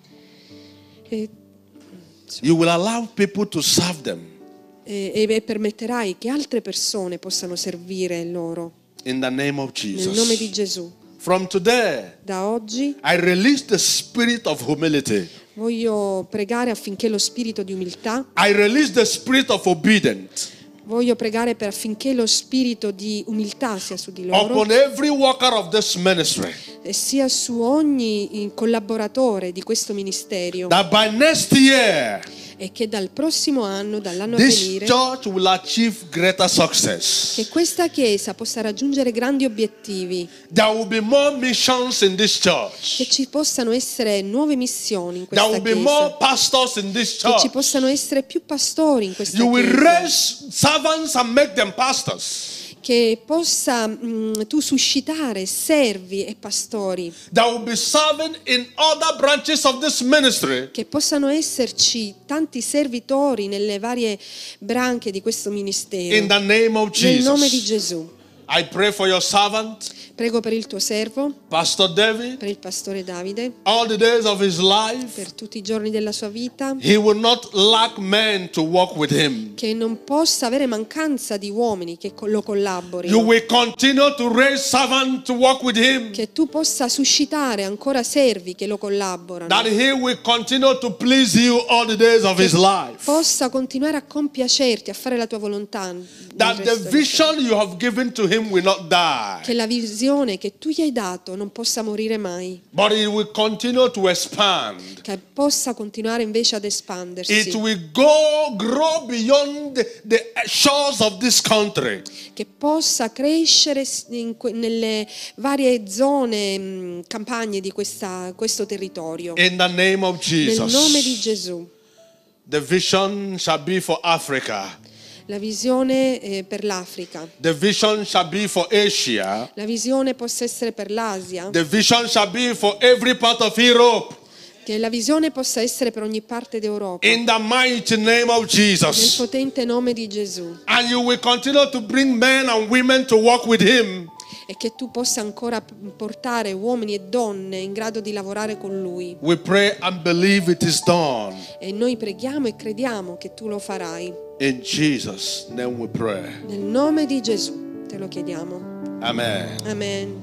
e You will allow people to serve them. e permetterai che altre persone possano servire loro In the name of nel nome di Jesus. Gesù. From today, Da oggi I release the spirit of humility. voglio pregare affinché lo spirito di umiltà, I release the spirit of obedience voglio pregare affinché lo spirito di umiltà sia su di loro upon every worker of this ministry. e sia su ogni collaboratore di questo ministerio, That by next year, e che dal prossimo anno, dall'anno a this venire, church will achieve greater success. che questa chiesa possa raggiungere grandi obiettivi, There will be more missions in this che church. ci possano essere nuove missioni in There questa will be more chiesa, pastors in this che ci church. possano essere più pastori in questa You will chiesa, raise servants and make them pastors. che possa tu suscitare servi e pastori, There will be serving in other branches of this ministry. che possano esserci tanti servitori nelle varie branche di questo ministero. In the name of Nel nome di Jesus. Gesù. I pray for your servant, Prego per il tuo servo, Pastor David, per il pastore Davide, all the days of his life. per tutti i giorni della sua vita, He will not lack men to walk with him. che non possa avere mancanza di uomini che lo You collaborino, will continue to raise servants to walk with him. che tu possa suscitare ancora servi che lo collaborano, That he will continue to please you all the days of his life. possa continuare a compiacerti, a fare la tua volontà, nel That the resto della sua vision you have given to him will not die, che la visione che tu gli hai dato non possa morire mai, but it will continue to expand. che possa continuare invece ad It espandersi, will grow beyond the shores of this country. che possa crescere nelle varie zone, campagne di questo territorio. In the name of Nel nome di Jesus. Gesù. The vision shall be for Africa. La visione per l'Africa, The vision shall be for Asia. la visione possa essere per l'Asia, The vision shall be for every part of Europe. che la visione possa essere per ogni parte d'Europa. In the mighty name of Nel Jesus. potente nome di Gesù. And you will continue to bring men and women to walk with him. e che tu possa ancora portare uomini e donne in grado di lavorare con Lui. We pray and believe it is done. E noi preghiamo e crediamo che tu lo farai. In Jesus' name we pray. Nel nome di Gesù te lo chiediamo. Amen. Amen.